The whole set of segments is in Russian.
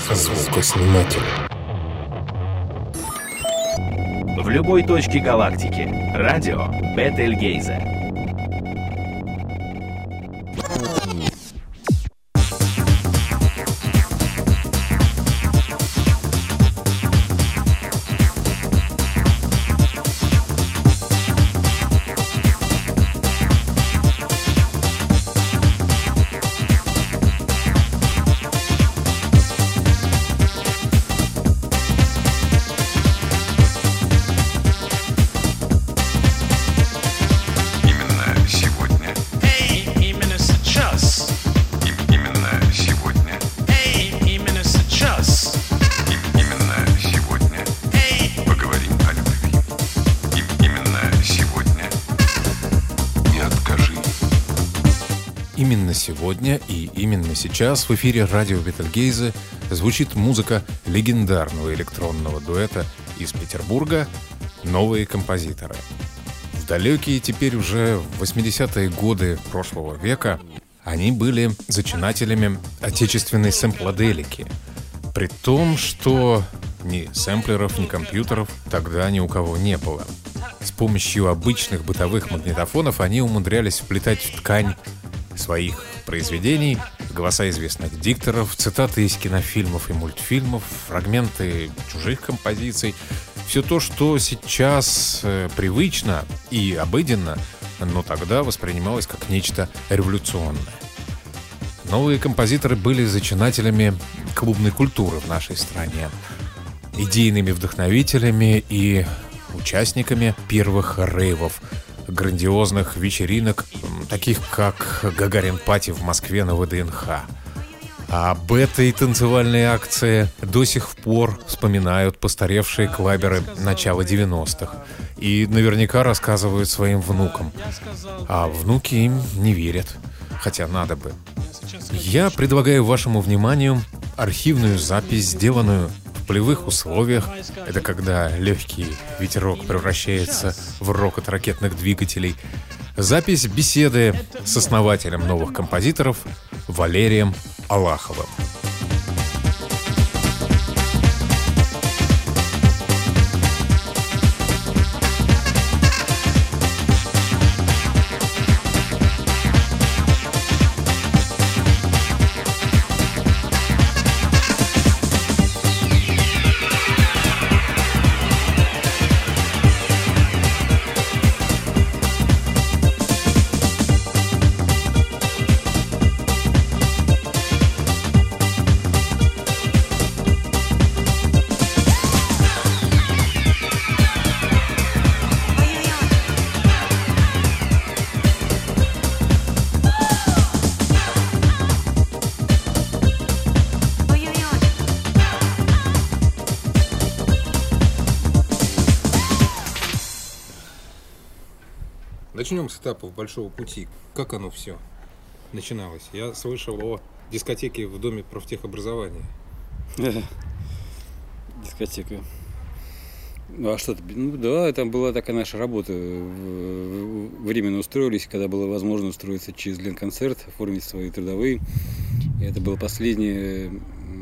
Звукосниматель. В любой точке галактики. Радио Бетельгейзе. Именно сегодня и именно сейчас в эфире радио Бетельгейзе звучит музыка легендарного электронного дуэта из Петербурга «Новые композиторы». В далекие теперь уже 80-е годы прошлого века они были зачинателями отечественной сэмплоделики, при том, что ни сэмплеров, ни компьютеров тогда ни у кого не было. С помощью обычных бытовых магнитофонов они умудрялись вплетать в ткань своих произведений голоса известных дикторов, цитаты из кинофильмов и мультфильмов, фрагменты чужих композиций. Все то, что сейчас привычно и обыденно, но тогда воспринималось как нечто революционное. Новые композиторы были зачинателями клубной культуры в нашей стране, идейными вдохновителями и участниками первых рейвов, грандиозных вечеринок, таких как Гагарин-пати в Москве на ВДНХ. Об этой танцевальной акции до сих пор вспоминают постаревшие клаберы начала 90-х и наверняка рассказывают своим внукам. А внуки им не верят, хотя надо бы. Я предлагаю вашему вниманию архивную запись, сделанную в полевых условиях. Это когда легкий ветерок превращается в рокот ракетных двигателей. Запись беседы с основателем новых композиторов Валерием Аллаховым. Начнем с этапов большого пути. Как оно все начиналось? Я слышал о дискотеке в Доме профтехобразования. Дискотека. Ну а что? Ну да, это была такая наша работа. Временно устроились, когда было возможно устроиться через Ленконцерт, оформить свои трудовые. И это была последняя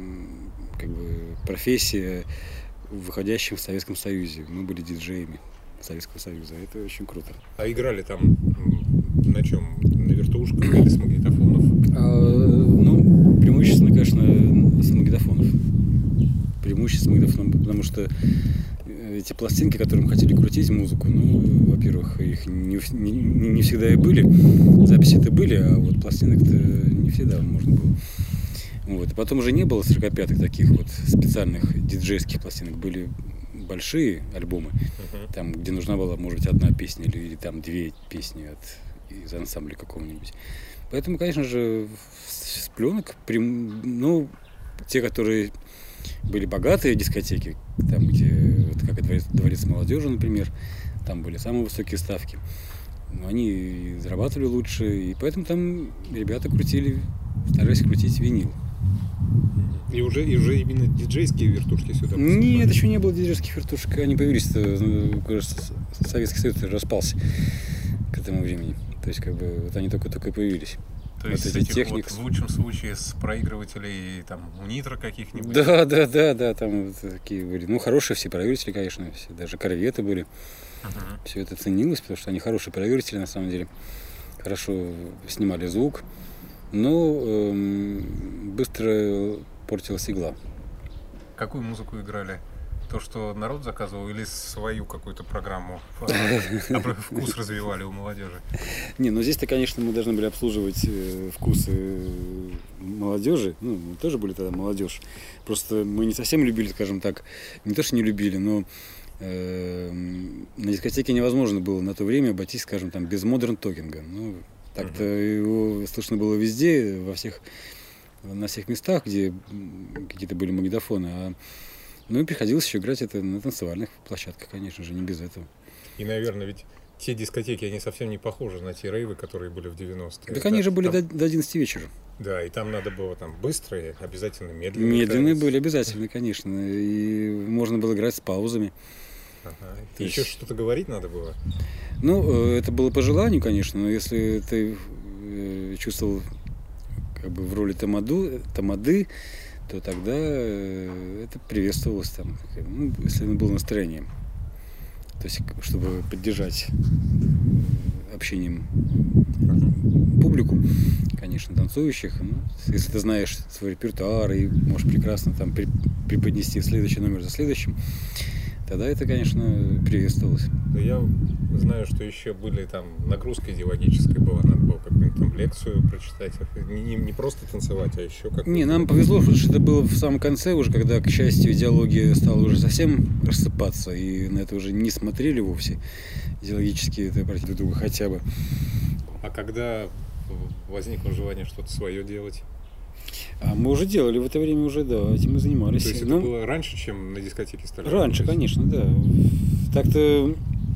профессия, выходящая в Советском Союзе. Мы были диджеями Советского Союза. Это очень круто. А играли там на чем? На вертушках или с магнитофонов? Преимущественно, конечно, с магнитофонов. Преимущественно с магнитофонов, потому что эти пластинки, которые мы хотели крутить, музыку, во-первых, их не всегда и были. Записи-то были, а вот пластинок-то не всегда можно было. Вот. И потом уже не было 45-х таких вот специальных диджейских пластинок. Были большие альбомы, там, где нужна была, может быть, одна песня или там две песни из ансамбля какого-нибудь. Поэтому, конечно же, с пленок, те, которые были богатые дискотеки, там, где, как Дворец молодежи, например, там были самые высокие ставки. Но они зарабатывали лучше, и поэтому там ребята старались крутить винил. И уже именно диджейские вертушки сюда поступали? Нет, еще не было диджейских вертушек. Они появились, кажется, Советский Союз распался к этому времени. То есть, вот они только и появились. То есть вот этих техник. в лучшем случае с проигрывателей там у Нитро каких-нибудь. Да, там вот такие были. Ну, хорошие все проигрыватели, конечно, все, даже корветы были. Все это ценилось, потому что они хорошие проигрыватели, на самом деле. Хорошо снимали звук, но быстро портилась игла. Какую музыку играли? То, что народ заказывал, или свою какую-то программу вкус развивали у молодежи? Не, ну здесь-то, конечно, мы должны были обслуживать вкусы молодежи. Ну, мы тоже были тогда молодежь. Просто мы не совсем любили, скажем так, не то, что не любили, но на дискотеке невозможно было на то время обойтись, скажем, там, без модерн токинга. Ну, так-то его слышно было везде, на всех местах, где какие-то были магнитофоны. Ну и приходилось еще играть это на танцевальных площадках, конечно же, не без этого. И, наверное, ведь те дискотеки, они совсем не похожи на те рейвы, которые были в 90-е. Так они же были до 11 вечера. Да, и там надо было там быстрые, обязательно медленные. Медленные были обязательно, конечно. И можно было играть с паузами. И еще что-то говорить надо было? Ну, это было по желанию, конечно, но если ты чувствовал как бы в роли тамады, то тогда это приветствовалось там, ну, если было настроение. То есть, чтобы поддержать общением публику, конечно, танцующих. Ну, если ты знаешь свой репертуар и можешь прекрасно там преподнести следующий номер за следующим, тогда это, конечно, приветствовалось. Да, я знаю, что еще были там нагрузка идеологическая была, надо было какую-нибудь там лекцию прочитать, не просто танцевать, а еще как-то. Не, нам повезло, потому что это было в самом конце уже, когда, к счастью, идеология стала уже совсем рассыпаться, и на это уже не смотрели вовсе идеологически это против друг друга хотя бы. А когда возникло желание что-то свое делать? А мы уже делали в это время уже, да, этим мы занимались. То есть это было раньше, чем на дискотеке стали? Раньше, конечно, да. Так-то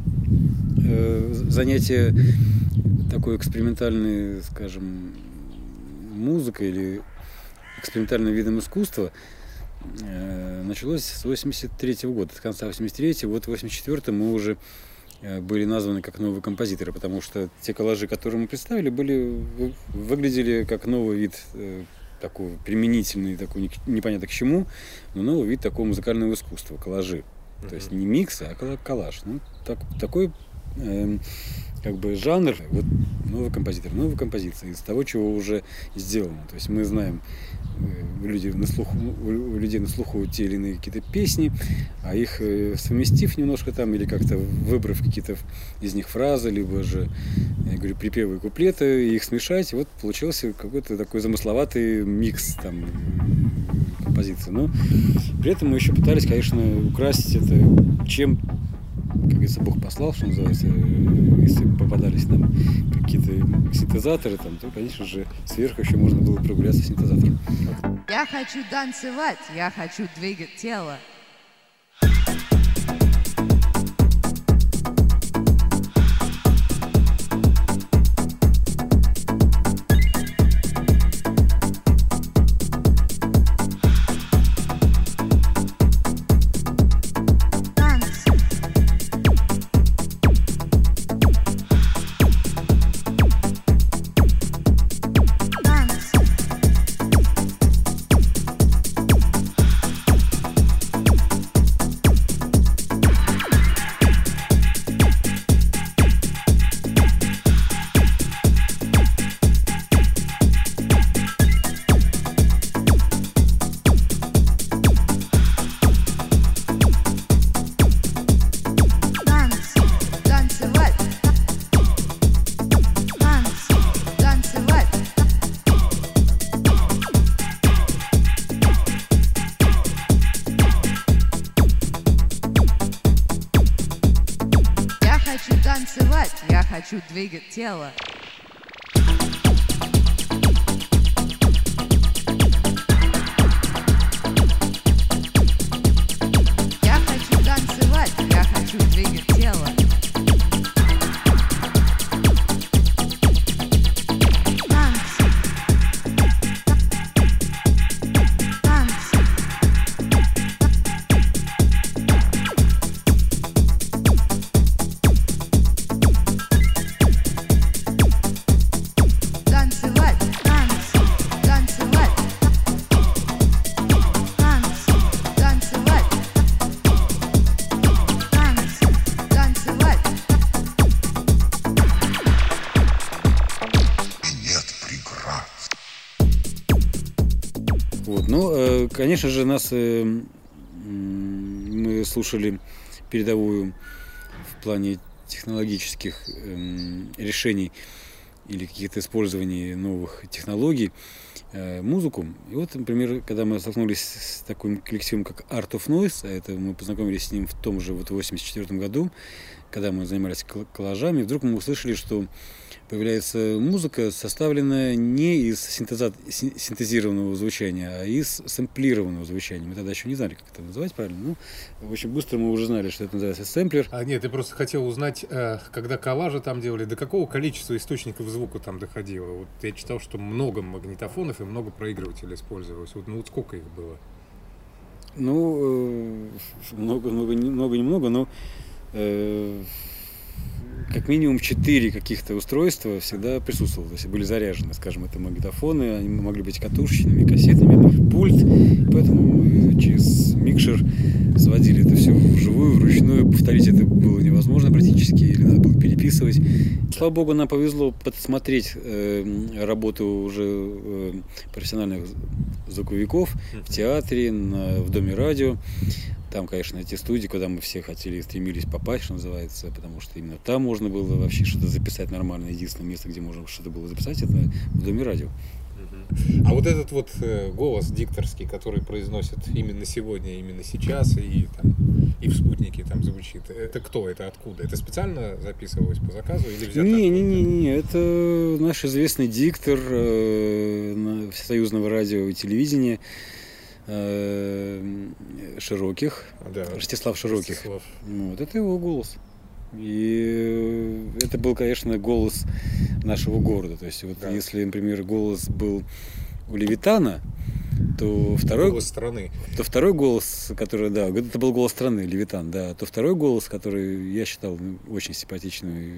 занятие такой экспериментальной, скажем, музыкой или экспериментальным видом искусства началось с 83-го года, с конца 83-го, вот в 84-м мы уже были названы как новые композиторы, потому что те коллажи, которые мы представили, выглядели как новый вид, такой применительный, такой непонятно к чему, но новый вид такого музыкального искусства, коллажи. То есть не микс, а коллаж. Ну, такой как бы жанр, вот новый композитор, новая композиция из того, чего уже сделано. То есть мы знаем, у людей на слуху те или иные какие-то песни, а их совместив немножко там или как-то выбрав какие-то из них фразы, либо же, я говорю, припевы и куплеты, и их смешать, и вот получился какой-то такой замысловатый микс там композиции. Но при этом мы еще пытались, конечно, украсить это чем, как говорится, Бог послал, что называется. Если попадались нам какие-то синтезаторы, там, то, конечно же, сверху еще можно было прогуляться синтезатором. Я хочу танцевать, я хочу двигать тело. Я хочу двигать тело. Я хочу танцевать, я хочу двигать тело. Вот. Но, конечно же, мы слушали передовую в плане технологических решений или каких-то использований новых технологий музыку. И вот, например, когда мы столкнулись с таким коллективом, как Art of Noise, а это мы познакомились с ним в том же 1984 году, когда мы занимались коллажами, вдруг мы услышали, что появляется музыка, составленная не из синтезированного звучания, а из сэмплированного звучания. Мы тогда еще не знали, как это называть правильно, но очень быстро мы уже знали, что это называется сэмплер. Нет, я просто хотел узнать, когда коллажи там делали, до какого количества источников звука там доходило? Вот я читал, что много магнитофонов и много проигрывателей использовалось. Вот сколько их было? Немного, но как минимум 4 каких-то устройства всегда присутствовало. То есть были заряжены, скажем, это магнитофоны, они могли быть катушечными, кассетами, пульт. Поэтому мы через микшер сводили это все вживую, вручную. Повторить это было невозможно практически, или надо было переписывать. Слава богу, нам повезло подсмотреть работу уже профессиональных звуковиков в театре, в Доме радио. Там, конечно, эти студии, куда мы все хотели, стремились попасть, что называется, потому что именно там можно было вообще что-то записать нормально. Единственное место, где можно что-то было записать, это в Доме радио. А вот этот вот голос дикторский, который произносит именно сегодня, именно сейчас, и в «Спутнике» там звучит, это кто, это откуда? Это специально записывалось по заказу или взято? Не, это наш известный диктор Всесоюзного радио и телевидения, Широких, да, Ростислав Широких. Вот, это его голос. И это был, конечно, голос нашего города. То есть, вот да. Если, например, голос был у Левитана, то второй голос, который, да, это был голос страны, Левитан, да, то второй голос, который я считал очень симпатичный,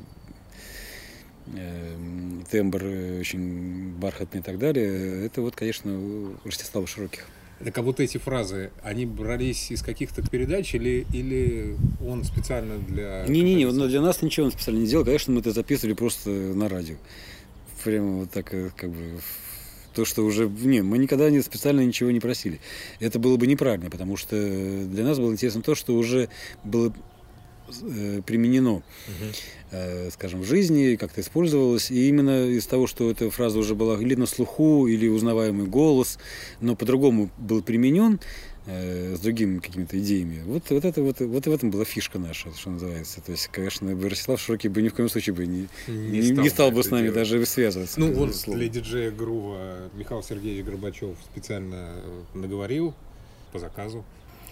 тембр очень бархатный и так далее, это вот, конечно, у Ростислава Широких. Так а вот эти фразы, они брались из каких-то передач или он специально для... Не, для нас ничего он специально не делал. Конечно, мы это записывали просто на радио. Прямо вот так, как бы... То, что уже... мы никогда специально ничего не просили. Это было бы неправильно, потому что для нас было интересно то, что уже было применено, скажем, в жизни, как-то использовалось. И именно из того, что эта фраза уже была или на слуху, или узнаваемый голос, но по-другому был применен, с другими какими-то идеями. Вот в этом была фишка наша, что называется. То есть, конечно, Ростислав Широкий бы ни в коем случае бы не стал бы с нами даже связываться. Он для диджея Грува Михаил Сергеевич Горбачев специально наговорил по заказу.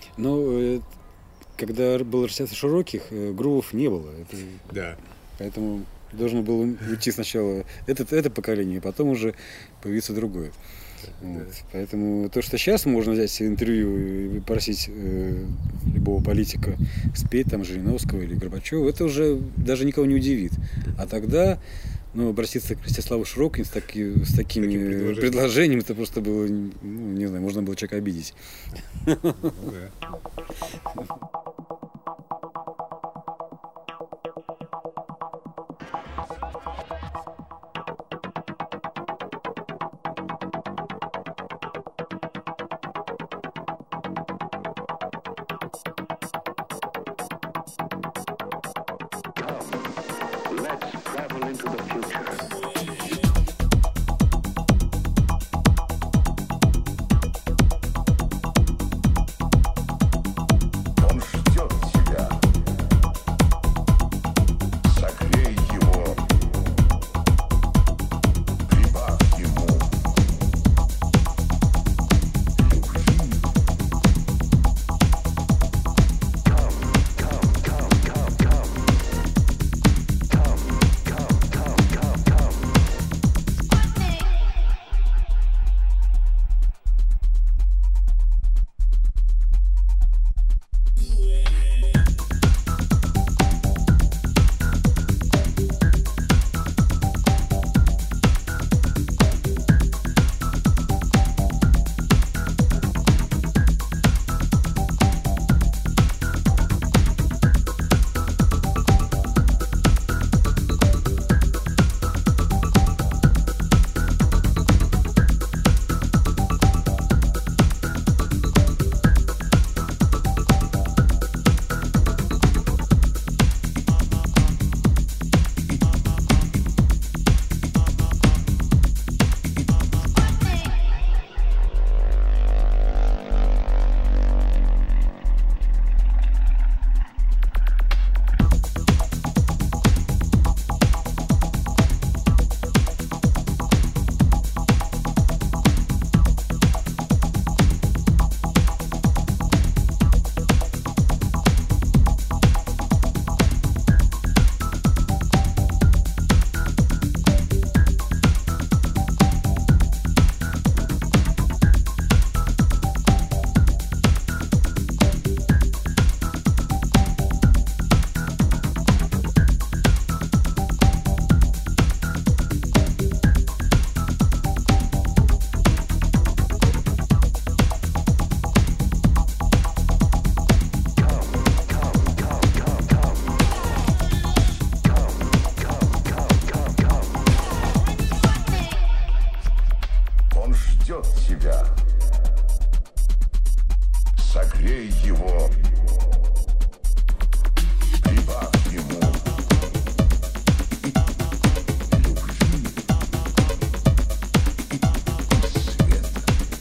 Когда был Ростислав Широких, грувов не было. Да. Поэтому должно было уйти сначала это поколение, а потом уже появиться другое. Вот. Поэтому то, что сейчас можно взять интервью и просить любого политика спеть, там, Жириновского или Горбачева, это уже даже никого не удивит. А тогда обратиться к Ростиславу Широкому с такими предложениями, это просто было, не знаю, можно было человека обидеть. Ей его, прибавь ему любви и света.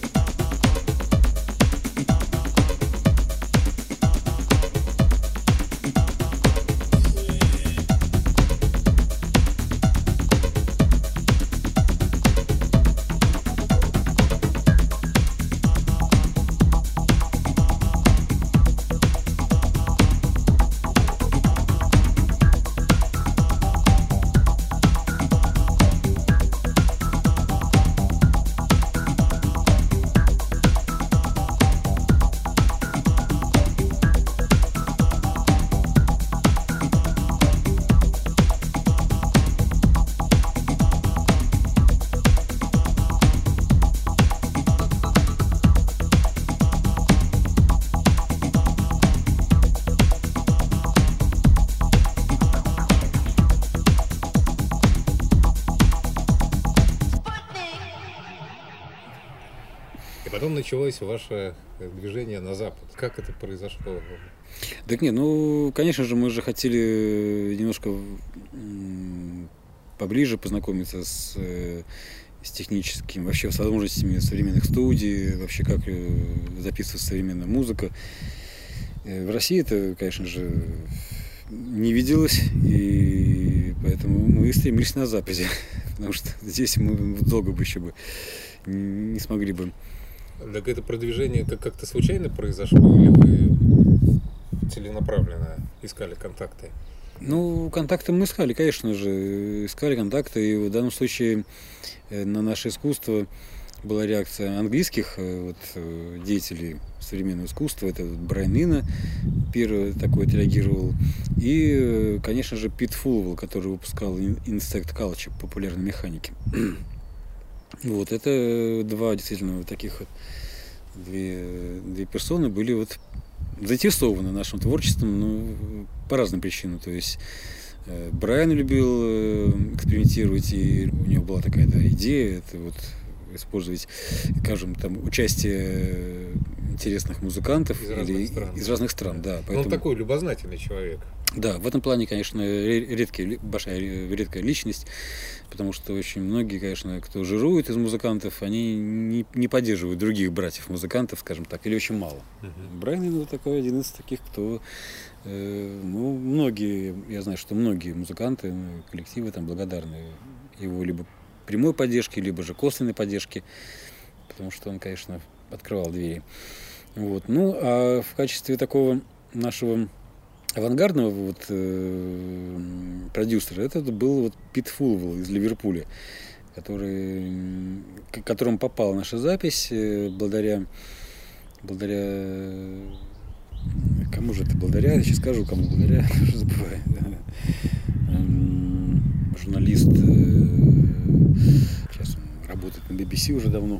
И потом началось ваше движение на Запад. Как это произошло? Так нет, ну, конечно же, мы же хотели немножко поближе познакомиться с техническим, вообще с возможностями современных студий, вообще как записывать современная музыка. В России это, конечно же, не виделось, и поэтому мы стремились на Западе, потому что здесь мы долго бы еще не смогли бы. Так это продвижение как-то случайно произошло, или вы целенаправленно искали контакты? Ну, контакты мы искали, конечно же, искали контакты, и в данном случае на наше искусство была реакция английских деятелей современного искусства. Это Брайан Ино первый такой отреагировал, и, конечно же, Пит Фулвелл, который выпускал Insect Culture, популярной механики. Вот, это два действительно таких две персоны были заинтересованы нашим творчеством, но по разным причинам. То есть Брайан любил экспериментировать, и у него была такая идея, это использовать, скажем, там участие интересных музыкантов из разных стран. Да, поэтому... Он такой любознательный человек. Да, в этом плане, конечно, редкая личность, потому что очень многие, конечно, кто жирует из музыкантов, они не поддерживают других братьев-музыкантов, скажем так, или очень мало. Брайан такой один из таких, кто... многие, я знаю, что многие музыканты, коллективы там благодарны его либо прямой поддержке, либо же косвенной поддержке, потому что он, конечно, открывал двери. Вот. Ну, а в качестве такого нашего авангардного продюсера это был Пит Фулвелл из Ливерпуля, к которому попала наша запись благодаря кому же это благодаря, я сейчас скажу, кому благодаря, уже забываю. Журналист, сейчас он работает на BBC уже давно.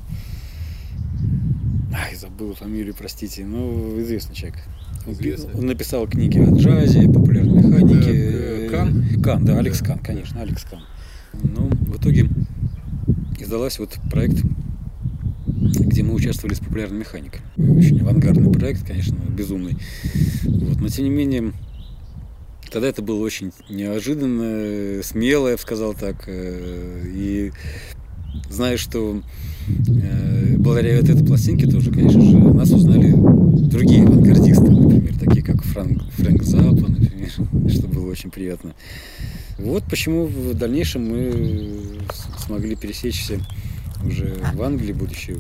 Забыл фамилию, простите, но известный человек. Он написал книги о джазе, популярной механике. Кан, да, Алекс Кан, конечно, Алекс Кан. Но в итоге издалась проект, где мы участвовали с популярной механикой. Очень авангардный проект, конечно, безумный. Но тем не менее, тогда это было очень неожиданно, смело, я бы сказал так. И знаю, что благодаря этой пластинке тоже, конечно же, нас узнали другие авангардисты, например, такие как Фрэнк Заппа, например, что было очень приятно. Вот почему в дальнейшем мы смогли пересечься уже в Англии, будучи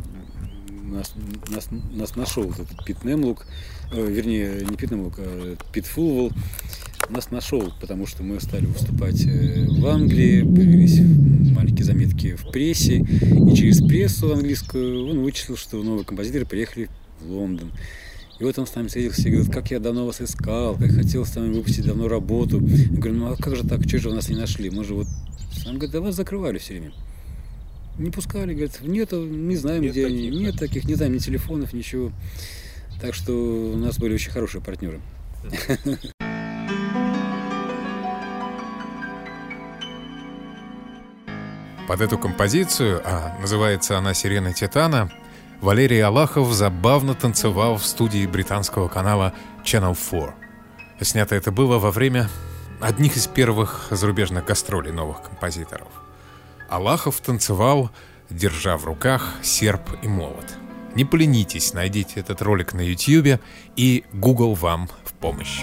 нас нашел этот Пит Немлук, вернее, не Пит Немлук, а Пит Фулвелл. Нас нашел, потому что мы стали выступать в Англии, появились маленькие заметки в прессе, и через прессу английскую он вычислил, что новые композиторы приехали в Лондон. И вот он с нами встретился и говорит: как я давно вас искал, как хотел с вами выпустить давно работу. Я говорю: ну а как же так, что же вы нас не нашли? Мы же Он говорит: да вас закрывали все время. Не пускали, говорит, нет, не знаем, где они, нет таких, не знаем ни телефонов, ничего. Так что у нас были очень хорошие партнеры. Под эту композицию, называется она «Сирена Титана», Валерий Алахов забавно танцевал в студии британского канала Channel 4. Снято это было во время одних из первых зарубежных гастролей новых композиторов. Алахов танцевал, держа в руках серп и молот. Не поленитесь, найдите этот ролик на YouTube, и Google вам в помощь.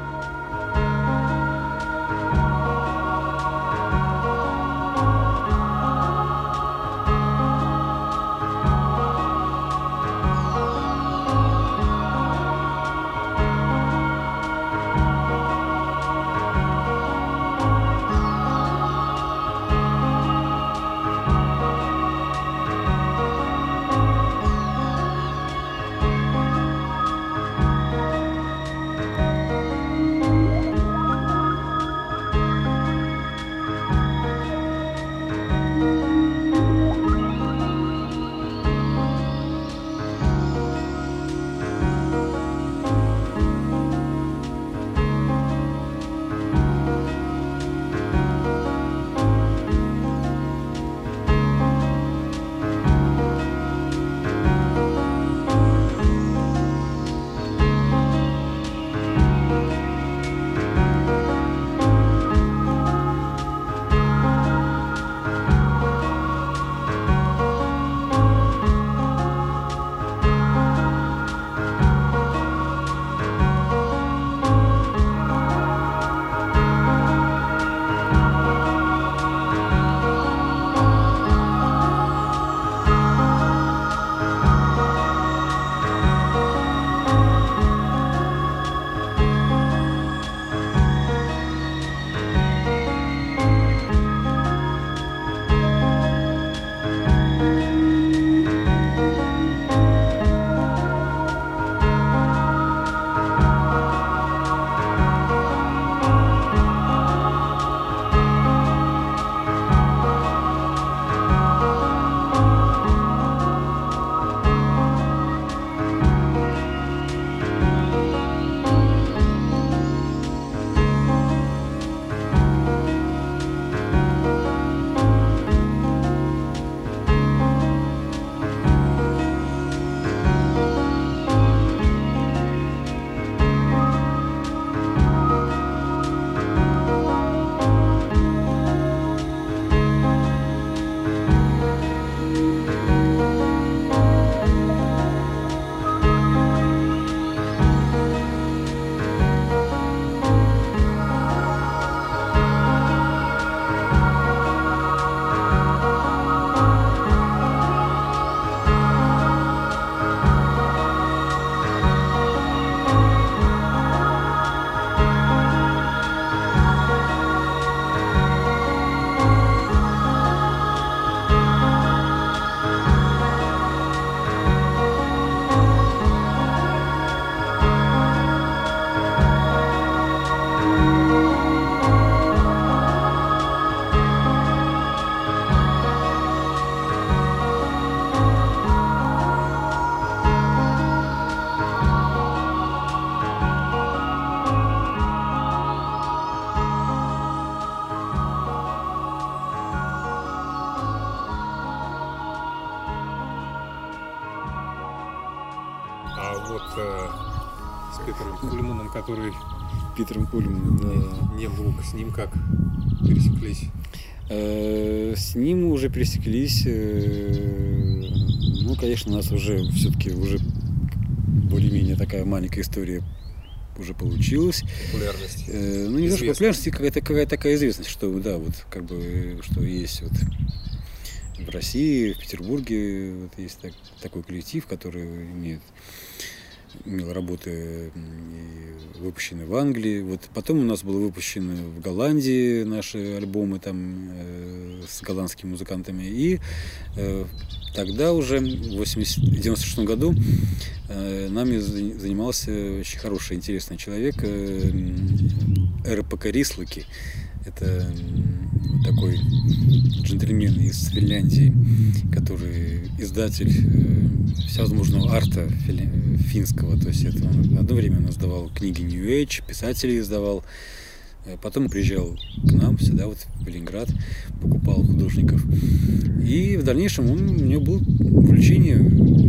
А вот с Питером Кульманом, который Питером Кульманом, да. не Лук, с ним как пересеклись? С ним мы уже пересеклись. Ну, конечно, у нас уже все-таки уже более-менее такая маленькая история уже получилась. Популярность. Ну, не то, что популярность, какая-то такая известность, что да, вот как бы, что есть вот в России, в Петербурге вот есть такой коллектив, который имел работы и выпущены в Англии. Вот потом у нас было выпущено в Голландии наши альбомы там с голландскими музыкантами. И тогда уже в 1996 году нами занимался очень хороший, интересный человек РПК Рислаки. Это такой джентльмен из Финляндии, который издатель всевозможного арта финского. То есть это он одно время он издавал книги New Age, писателей издавал. Потом приезжал к нам сюда, вот в Ленинград, покупал художников. И в дальнейшем у него было увлечение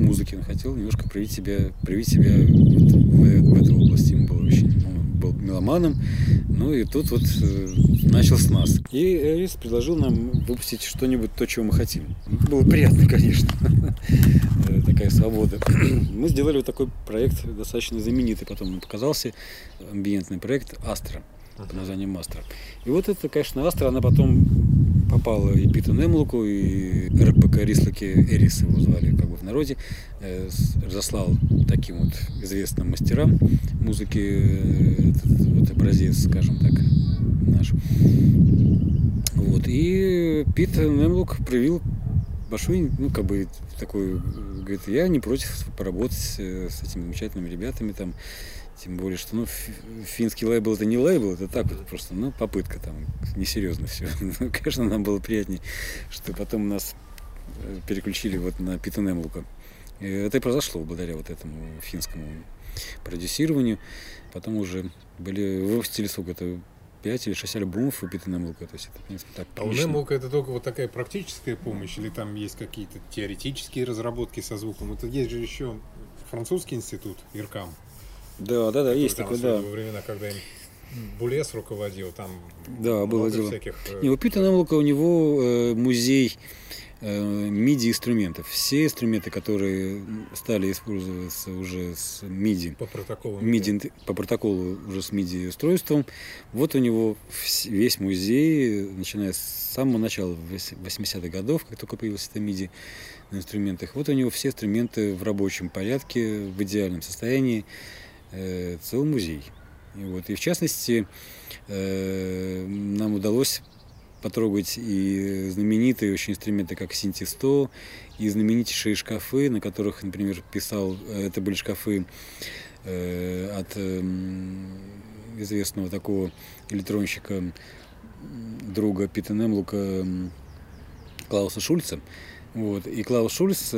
музыки. Он хотел немножко проявить себя вот в этой области. Он был меломаном. Ну и тут вот начал с нас. И Эрис предложил нам выпустить что-нибудь, то, чего мы хотим. Было приятно, конечно. Такая свобода. Мы сделали вот такой проект, достаточно знаменитый. Потом он показался. Амбиентный проект «Астра» под названием «Астра». И вот это, конечно, «Астра», она потом попала и Питу Немлоку, и РПК Рислаки, Эрис его звали как бы в народе, разослал таким вот известным мастерам музыки этот вот образец, скажем так, наш. Вот. И Пит Немлок проявил большой, ну, как бы такой, говорит, я не против поработать с этими замечательными ребятами там. Тем более, что ну, финский лейбл это не лейбл, это так вот просто, ну, попытка там, несерьезно все. Ну, конечно, нам было приятнее, что потом нас переключили вот на Пита Немлока. И это и произошло благодаря вот этому финскому продюсированию. Потом уже выпустили сколько, это 5 или 6 альбомов у Пита Немлока. То есть это, в принципе, так прилично. А у Немлока это только вот такая практическая помощь, или там есть какие-то теоретические разработки со звуком? Это есть же еще французский институт, ИРКАМ. Да, есть такой, да. Во времена, когда им Булес руководил, там да, было много дело. всяких... Не, у Пита Немлока у него музей MIDI-инструментов. Все инструменты, которые стали использоваться уже с MIDI, по протоколу. По протоколу уже с MIDI-устройством, вот у него весь музей, начиная с самого начала 80-х годов, как только появился это MIDI на инструментах, вот у него все инструменты в рабочем порядке, в идеальном состоянии, целый музей. И в частности, нам удалось потрогать и знаменитые очень инструменты, как Синти 100, и знаменитейшие шкафы, на которых, например, писал, это были шкафы от известного такого электронщика, друга Пита Немлока, Клауса Шульца. Вот. И Клаус Шульц,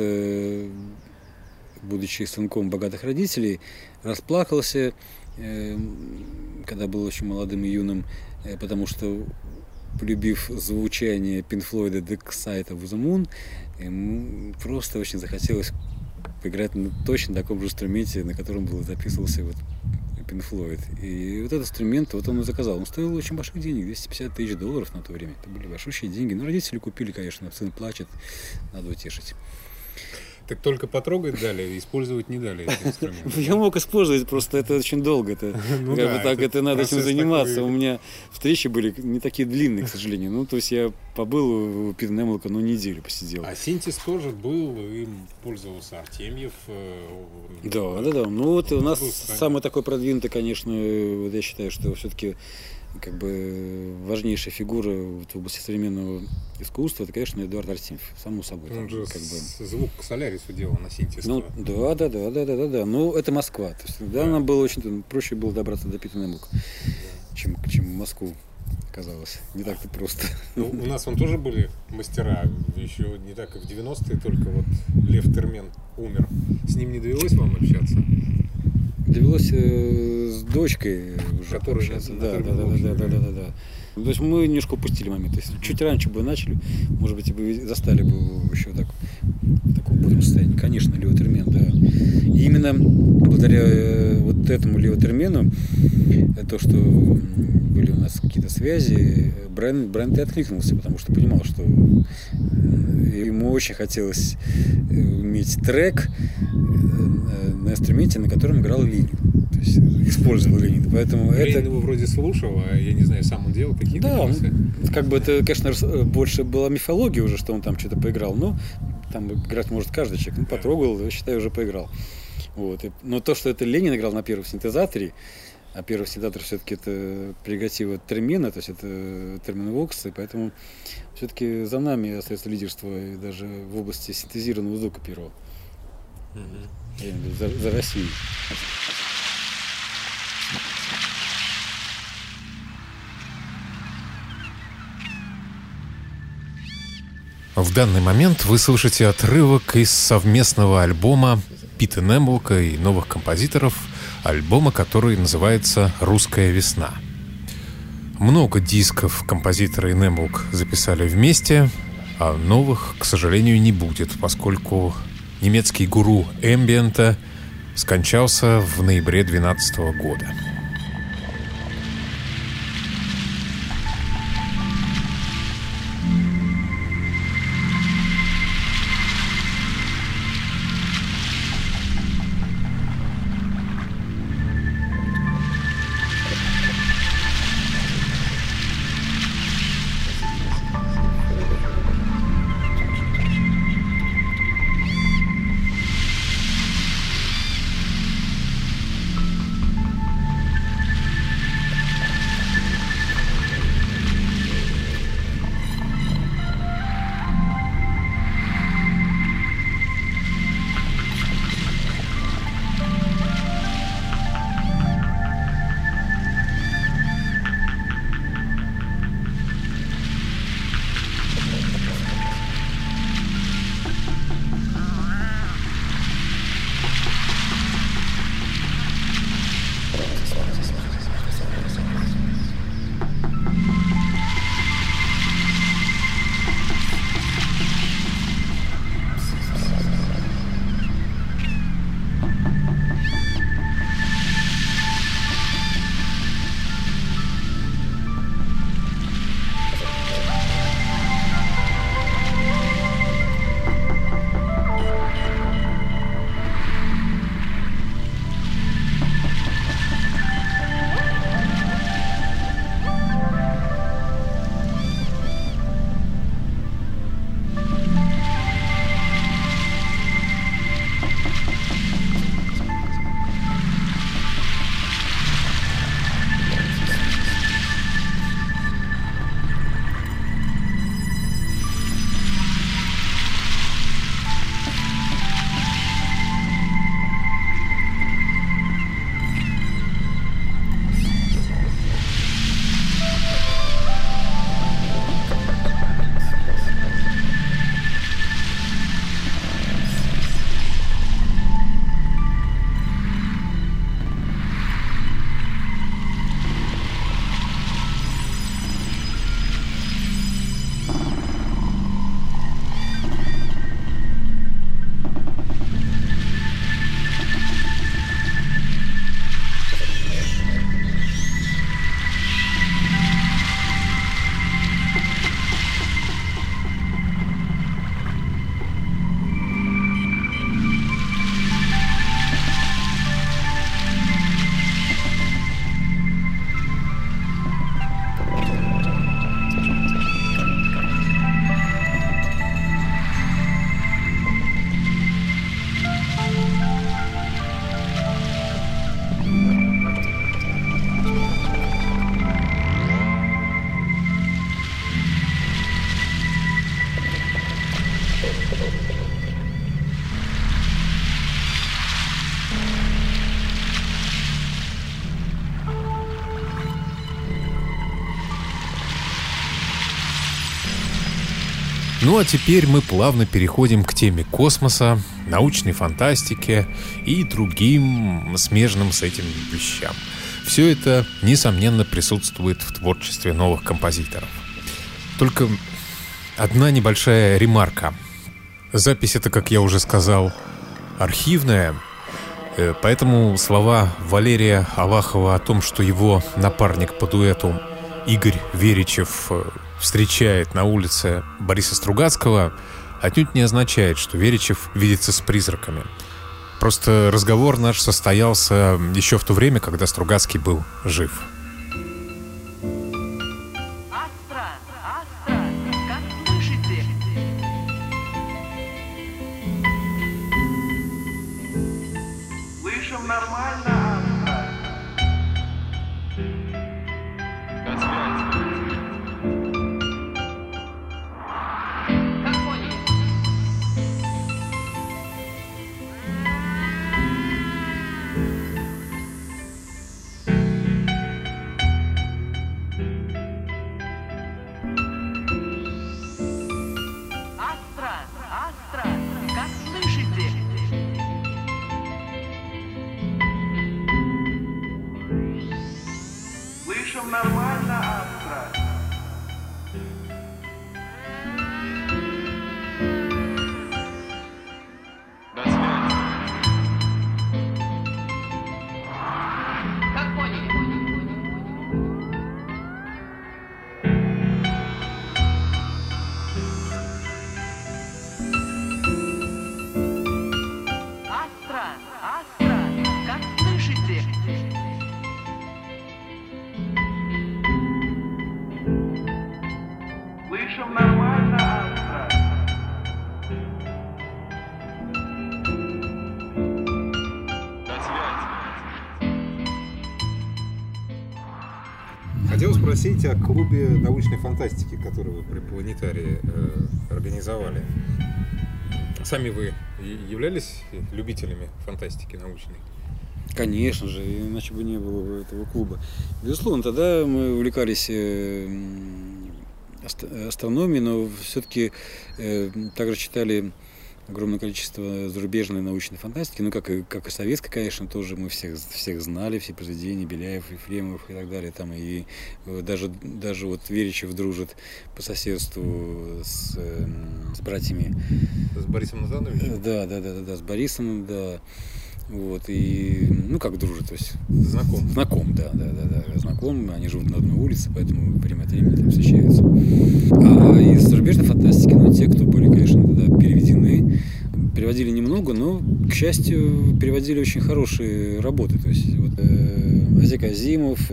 будучи сынком богатых родителей, расплакался, когда был очень молодым и юным, потому что, полюбив звучание Pink Floyd Dark Side of the Moon, ему просто очень захотелось поиграть на точно таком же инструменте, на котором записывался вот Pink Floyd. И вот этот инструмент вот он и заказал. Он стоил очень больших денег, $250 тысяч на то время. Это были большущие деньги. Но родители купили, конечно, сын плачет, надо утешить. Так только потрогать дали, использовать не дали эти инструменты. Я мог использовать, просто это очень долго. Это надо этим заниматься. У меня встречи были не такие длинные, к сожалению. Ну, то есть я побыл у Пита Немлока, неделю посидел. А Синтез тоже был, им пользовался Артемьев. Да. Ну вот у нас самый такой продвинутый, конечно, вот я считаю, что все-таки как бы важнейшая фигура в области современного искусства, это, конечно, Эдуард Артемьев, само собой. Он же как бы звук к Солярису делал на Синтез. Ну, да. Ну, это Москва. То есть, да, нам было очень проще было добраться до Пита Немлока, чем в Москву. Казалось, не так-то просто. Ну, у нас тоже были мастера, еще не так, как в 90-е, только вот Лев Термен умер. С ним не довелось вам общаться? Довелось с дочкой уже общаться. Да. То есть мы немножко упустили момент. То есть чуть раньше бы начали, может быть, и бы застали бы еще так, в таком бодром состоянии. Конечно, Лео Термен, да. И именно благодаря вот этому Лео Термену, то, что были у нас какие-то связи, Брайан и откликнулся, потому что понимал, что ему очень хотелось иметь трек на инструменте, на котором играл Ленин. То есть использовал Ленин. Поэтому Ленин его вроде слушал, а я не знаю, сам он делал какие-то песни. Да, как бы это, конечно, больше была мифология уже, что он там что-то поиграл, но там играть может каждый человек. Ну, потрогал, я считаю, уже поиграл. Вот. Но то, что это Ленин играл на первом синтезаторе, а первый синтезатор все-таки это прерогатива Термена, то есть это Термен Вокс, и поэтому все-таки за нами остается лидерство даже в области синтезированного звука первого. За Россию. В данный момент вы слышите отрывок из совместного альбома Пита Немлока и новых композиторов, альбома, который называется «Русская весна». Много дисков композиторы и Немлок записали вместе, а новых, к сожалению, не будет, поскольку немецкий гуру эмбиента, скончался в ноябре 2012 года. Ну а теперь мы плавно переходим к теме космоса, научной фантастики и другим смежным с этим вещам. Все это, несомненно, присутствует в творчестве новых композиторов. Только одна небольшая ремарка. Запись эта, как я уже сказал, архивная, поэтому слова Валерия Авахова о том, что его напарник по дуэту Игорь Веричев встречает на улице Бориса Стругацкого, отнюдь не означает, что Веричев видится с призраками. Просто разговор наш состоялся еще в то время, когда Стругацкий был жив. Астра, как слышите? Слышим нормально, Астра. Как поняли? Астра, как слышите? Хотел спросить о клубе научной фантастики, который вы при Планетарии организовали. Сами вы являлись любителями фантастики научной? Конечно же, иначе бы не было бы этого клуба. Безусловно, тогда мы увлекались астрономией, но все-таки также читали огромное количество зарубежной научной фантастики, ну, как и советской, конечно, тоже мы всех знали, все произведения Беляев, Ефремов и так далее, там, и даже вот Веричев дружит по соседству с братьями. С Борисом Натановичем? Да, с Борисом, да. Вот, и, ну, как дружит, то есть... Знаком, да, знаком, они живут на одной улице, поэтому время от времени там встречаются. А из зарубежной фантастики, ну, те, кто были, конечно, тогда переводили немного, но, к счастью, переводили очень хорошие работы, то есть, вот, Азек Азимов,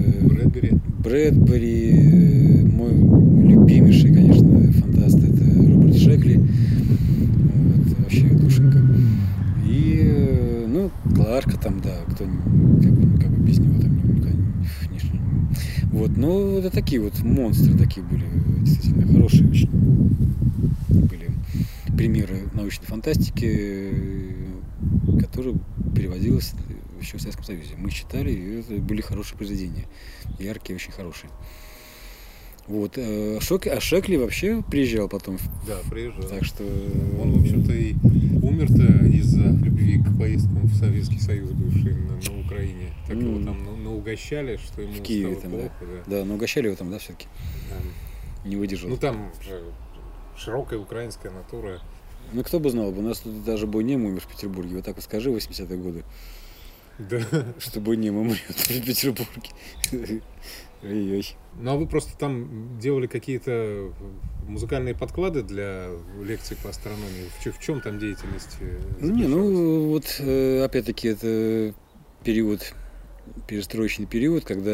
Брэдбери, мой любимейший, конечно, фантаст, это Роберт Шекли, вот, вообще душенька. И, ну, Кларка там, да, кто как бы без него там никуда не... Вот, но это такие вот монстры такие были, действительно хорошие очень были примеры научной фантастики, которые переводились еще в Советском Союзе. Мы читали, и это были хорошие произведения, яркие, очень хорошие. Вот. А Шекли вообще приезжал потом. Да, приезжал. Так что... Он, в общем-то, и умер-то из-за любви к поездкам в Советский Союз, бывший на Украине. Так его там наугощали, что ему в Киеве стало там, плохо. Да, наугощали его там, да, все-таки? Да. Не выдержал. Ну, там же широкая украинская натура. Ну, кто бы знал, у нас тут даже Бонем умер в Петербурге. Вот так вот скажи, 80-е годы. Да. Что Бонем умрет в Петербурге. Ой-ой. Ну, а вы просто там делали какие-то музыкальные подклады для лекций по астрономии? В чем там деятельность заключалась? Ну, вот, опять-таки, это перестроечный период, когда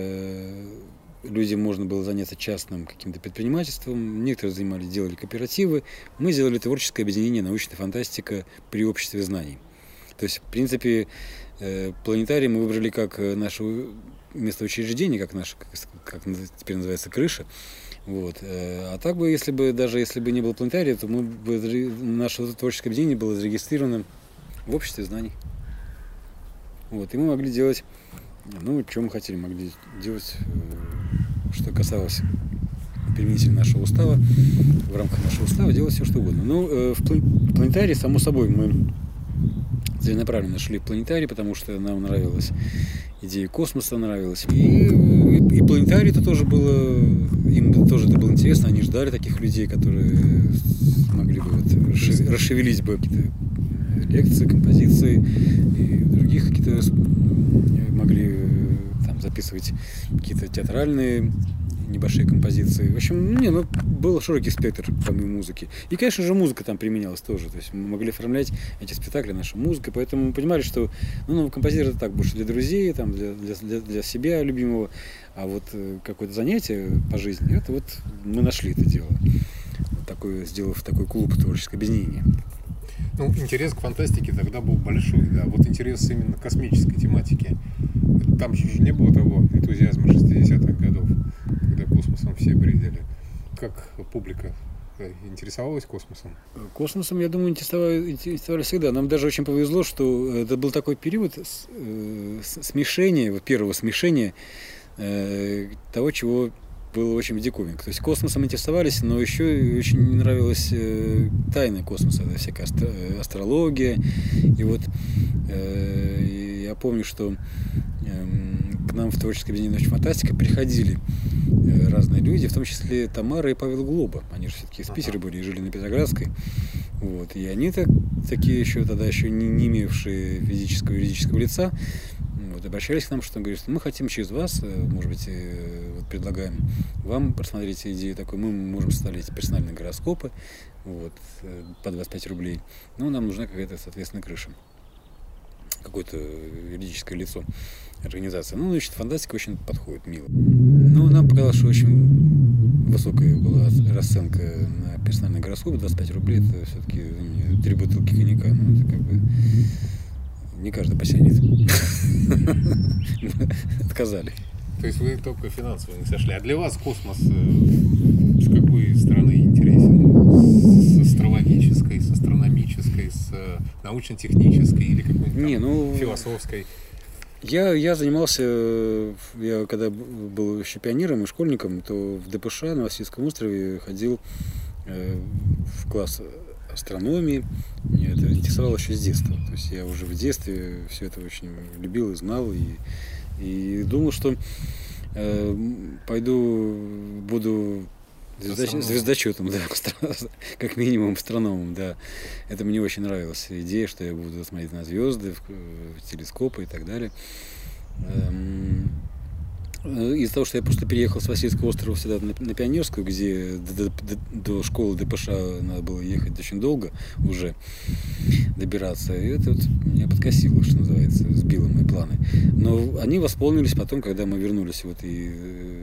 людям можно было заняться частным каким-то предпринимательством. Некоторые делали кооперативы. Мы сделали творческое объединение «Научная фантастика при обществе знаний». То есть, в принципе, планетарий мы выбрали как наше место учреждения, как теперь называется, крыша. Вот. А так бы, если бы не было планетария, то наше творческое объединение было зарегистрировано в обществе знаний. Вот. И мы могли делать, ну, что мы хотели, могли делать, что касалось применительно нашего устава, в рамках нашего устава делать все, что угодно. Но в планетарии, само собой, мы целенаправленно шли в планетарий, потому что нам нравилась идея космоса, нравилась. И планетарий это тоже было, им тоже это было интересно, они ждали таких людей, которые могли бы вот расшевелить бы какие-то лекции, композиции и других какие-то могли там записывать какие-то театральные небольшие композиции. В общем, был широкий спектр помимо музыки. И, конечно же, музыка там применялась тоже. То есть мы могли оформлять эти спектакли нашей музыкой, поэтому мы понимали, что композитор это так больше для друзей, там, для себя любимого, а вот какое-то занятие по жизни, это вот мы нашли это дело, сделав такой клуб творческое объединение. Ну, интерес к фантастике тогда был большой, да. Вот интерес именно к космической тематике. Там же не было того энтузиазма 60-х годов, когда космосом все бредили. Как публика интересовалась космосом? Космосом, я думаю, интересовали всегда. Нам даже очень повезло, что это был такой период смешения, первого смешения того, чего было очень в диковинку. То есть космосом интересовались, но еще очень нравилась тайна космоса, это всякая астрология. И вот я помню, что к нам в творческое объединение «Научная фантастика» приходили разные люди, в том числе Тамара и Павел Глоба. Они же все-таки из Питера были и жили на Петроградской. Вот. И они такие еще тогда не имевшие физического и юридического лица, вот, обращались к нам, что говорят, мы хотим через вас, может быть, предлагаем вам просмотреть идею такой, мы можем составлять персональные гороскопы, вот, по 25 рублей, но нам нужна какая-то, соответственно, крыша, какое-то юридическое лицо, организация. Ну, значит, фантастика очень подходит, мило. Но нам показалось, что очень высокая была расценка на персональный гороскоп, 25 рублей, это все-таки 3 бутылки коньяка, ну, это как бы не каждый потянет. Отказали. То есть вы только финансово не сошли. А для вас космос с какой стороны интересен? С астрологической, с астрономической, с научно-технической или какой-нибудь Не, ну, философской? Я занимался, я когда был еще пионером и школьником, то в ДПШ на Васильевском острове ходил в класс астрономии. Меня это интересовало еще с детства. То есть я уже в детстве все это очень любил и знал. И думал, что буду звездочетом, да, как минимум астрономом, да. Это мне очень нравилась идея, что я буду смотреть на звезды, в телескопы и так далее. Из-за того, что я просто переехал с Васильевского острова сюда на Пионерскую, где до школы ДПШ надо было ехать очень долго уже добираться, и это вот меня подкосило, что называется, сбило мои планы. Но они восполнились потом, когда мы вернулись вот и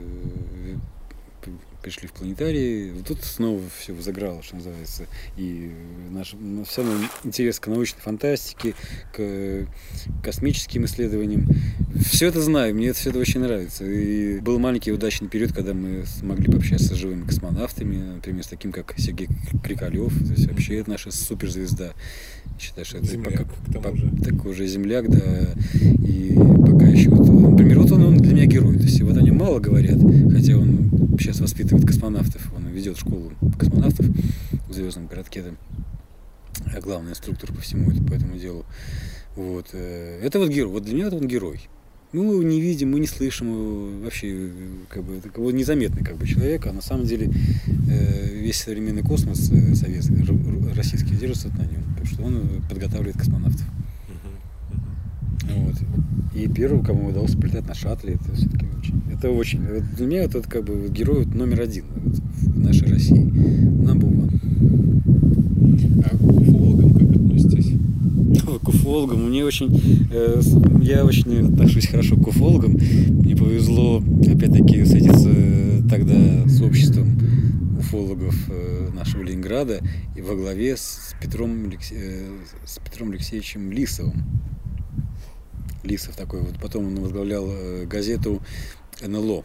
пришли в планетарий, вот тут снова все взыграло, что называется, и наш все равно интерес к научной фантастике, к космическим исследованиям. Все это знаю, мне все это очень нравится. И был маленький удачный период, когда мы смогли пообщаться с живыми космонавтами, например, с таким, как Сергей Крикалев, то есть вообще это наша суперзвезда. Считаю, что это Земляк, к тому же. такой же земляк, да, и пока еще вот, например, вот он для меня герой, то есть вот о нем мало говорят, хотя он сейчас воспитывает космонавтов, он ведет школу космонавтов в Звездном городке, это главный инструктор по всему по этому делу. Вот. Это вот герой, вот для меня это он герой. Мы его не видим, мы не слышим его, вообще как бы такой незаметный как бы человек, а на самом деле весь современный космос советский, российский держится на нем, потому что он подготавливает космонавтов. Вот. И первым, кому удалось полетать на шаттле, это все-таки очень. Вот для меня это как бы герой номер один в нашей России. Number one. А к уфологам как относитесь? К уфологам я очень отношусь хорошо к уфологам. Мне повезло, опять-таки, встретиться тогда с обществом уфологов нашего Ленинграда и во главе с Петром Алексеевичем Лисовым. Лисов такой вот. Потом он возглавлял газету НЛО.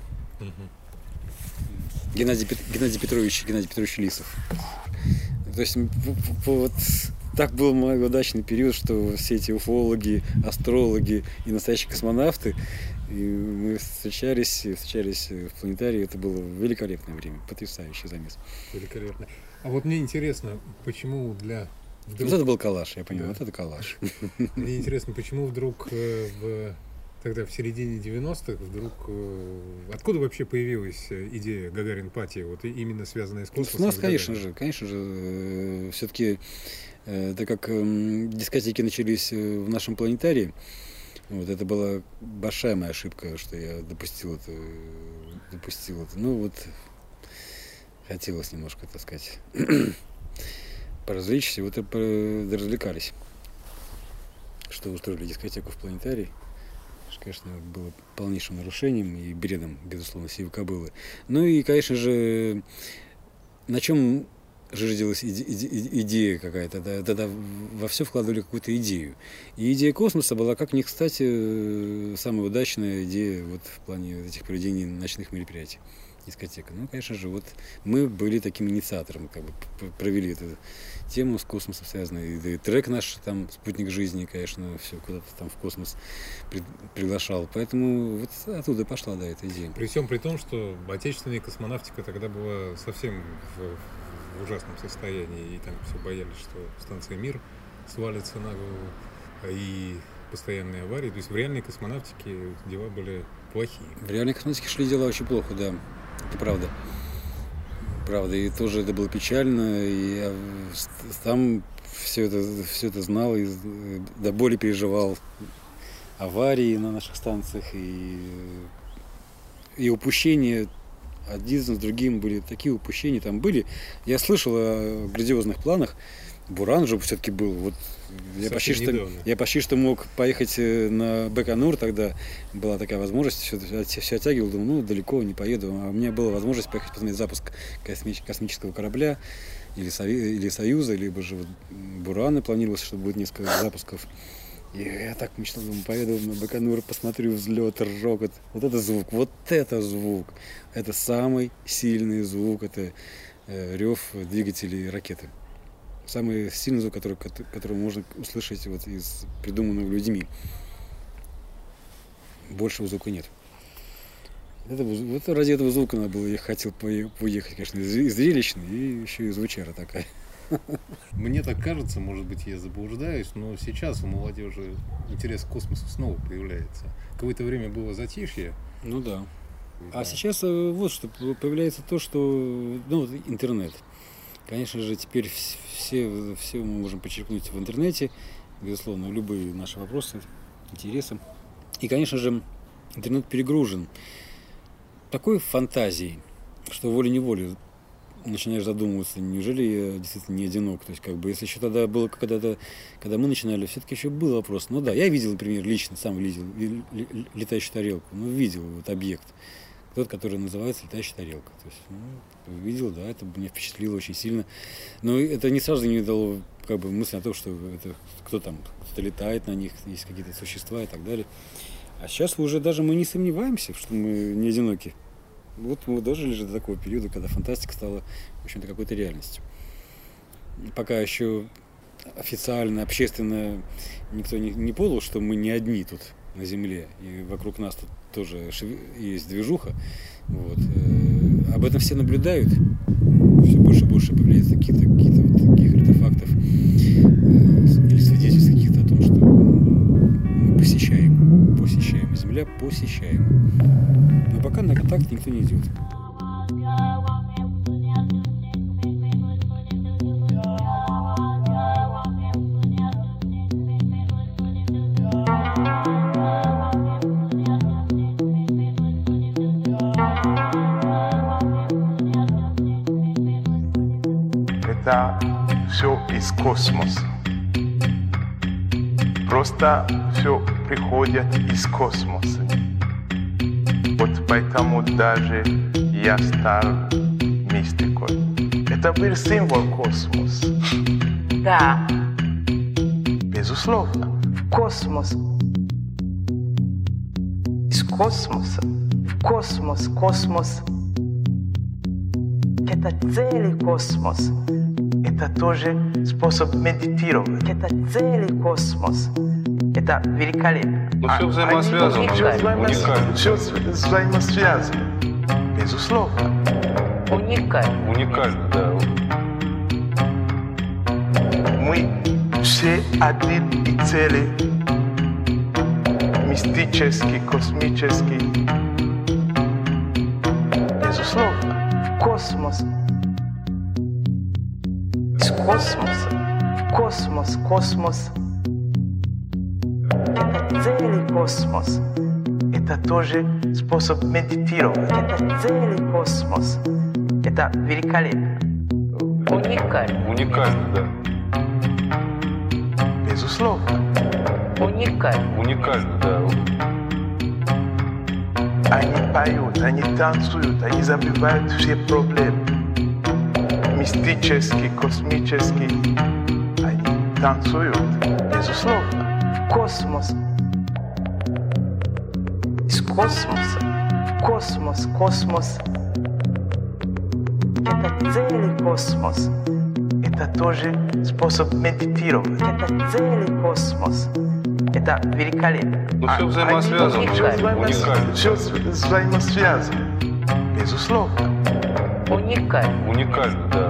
Геннадий Петрович Лисов. То есть вот так был мой удачный период, что все эти уфологи, астрологи и настоящие космонавты, и мы встречались в планетарии. Это было великолепное время, потрясающий замес. Великолепно. А вот мне интересно, почему Вот это был коллаж, я понимаю, вот это коллаж. Мне интересно, почему вдруг тогда в середине 90-х откуда вообще появилась идея Гагарин-Пати, вот именно связанная с космосом? У нас, конечно же, все-таки, так как дискотеки начались в нашем планетарии, вот это была большая моя ошибка, что я допустил это. Ну вот, хотелось немножко, так сказать, поразвлечься, вот и развлекались. Что устроили дискотеку в планетарии, конечно, было полнейшим нарушением и бредом, безусловно, сивой кобылы. Ну и, конечно же, на чем зиждилась идея какая-то, тогда во все вкладывали какую-то идею. И идея космоса была, как ни кстати, самая удачная идея вот в плане этих проведений ночных мероприятий. Дискотека. Ну, конечно же, вот мы были таким инициатором, как бы провели эту тему с космосом связанную. И трек наш, там, «Спутник жизни», конечно, все куда-то там в космос приглашал. Поэтому вот оттуда пошла, да, эта идея. При всем при том, что отечественная космонавтика тогда была совсем в ужасном состоянии, и там все боялись, что станция «Мир» свалится на голову, и постоянные аварии. То есть в реальной космонавтике дела были плохие. В реальной космонавтике шли дела очень плохо, да. Это правда. Правда. И тоже это было печально. И я там все это знал и до боли переживал аварии на наших станциях и упущения один с другим были. Такие упущения там были. Я слышал о грандиозных планах. Буран же все-таки был. Вот я почти что мог поехать на Байконур, тогда была такая возможность, все оттягивал, думал, ну далеко не поеду, а у меня была возможность поехать посмотреть запуск космического корабля или Союза, либо же вот Бурана планировалось, что будет несколько запусков. И я так мечтал, думаю, поеду на Байконур, посмотрю взлет, рокот. Вот это звук, вот это звук. Это самый сильный звук, это рев двигателей ракеты. Самый сильный звук, который можно услышать вот из придуманного людьми. Большего звука нет. Вот ради этого звука надо было, я хотел поехать, конечно, и зрелищно, и еще и звучара такая. Мне так кажется, может быть, я заблуждаюсь, но сейчас у молодежи интерес к космосу снова появляется. Какое-то время было затишье. Ну да. А сейчас вот что появляется то, что интернет. Конечно же, теперь все мы можем почерпнуть в интернете, безусловно, любые наши вопросы, интересы. И, конечно же, интернет перегружен такой фантазией, что волей-неволей начинаешь задумываться, неужели я действительно не одинок. То есть, если еще тогда было когда мы начинали, все-таки еще был вопрос. Ну да, я видел, например, лично, сам видел летающую тарелку, видел вот объект, тот, который называется летающая тарелка. То есть, видел, да, это меня впечатлило очень сильно. Но это не сразу не дало мысли о том, что это кто-то летает на них, есть какие-то существа и так далее. А сейчас уже даже мы не сомневаемся, что мы не одиноки. Вот мы дожили же до такого периода, когда фантастика стала, в общем-то, какой-то реальностью. Пока еще официально, общественно никто не понял, что мы не одни тут на Земле, и вокруг нас тут тоже есть движуха. Вот. Об этом все наблюдают. Все больше и больше появляется каких-то вот таких артефактов или свидетельств каких-то о том, что мы посещаем. Земля посещаем. Но пока на контакт никто не идет. Это все из космоса. Просто все приходит из космоса. Вот поэтому даже я стал мистикой. Это был символ космоса. Да, Безусловно. космос. Из космоса. Космос. Это целый космос. Это тоже способ медитировать. Это целый космос. Это великолепно. Но все взаимосвязано, уникально. Все взаимосвязано. Безусловно. Уникально. Уникально, да. Мы все один и целый. Мистический, космический. Безусловно. Космос. Из космоса. Космос. Это целый космос. Это тоже способ медитировать. Это целый космос. Это великолепно. Уникально. Уникально, да. Безусловно. Уникально. Уникально, да. Они поют, они танцуют, они забывают все проблемы. Мистический, космический. Они танцуют, безусловно. Космос. Из космоса. Космос. Это целый космос. Это тоже способ медитировать. Это целый космос. Это великолепно. Но все взаимосвязано, уникально. Все взаимосвязано. Безусловно. Уникально. Уникально, да.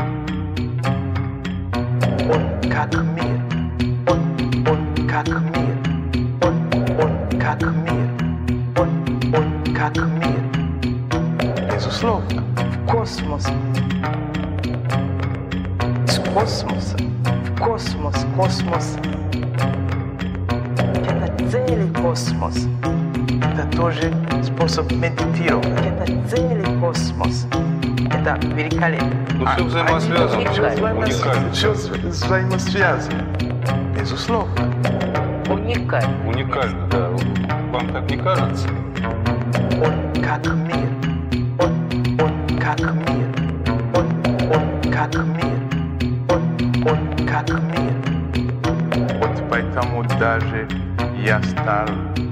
Он как мир. Он как мир. Он как мир. Он как мир. Безусловно. Космос. Из космоса. Это целый космос. Это тоже способ медитировать. Это целый космос. Это великолепно. Но все взаимосвязано, уникально. Все взаимосвязано. Безусловно. Уникально. Уникально, да. Вам так не кажется? Он как мир. Он как мир. Он как мир. Он как мир. Вот поэтому поэтому даже я стал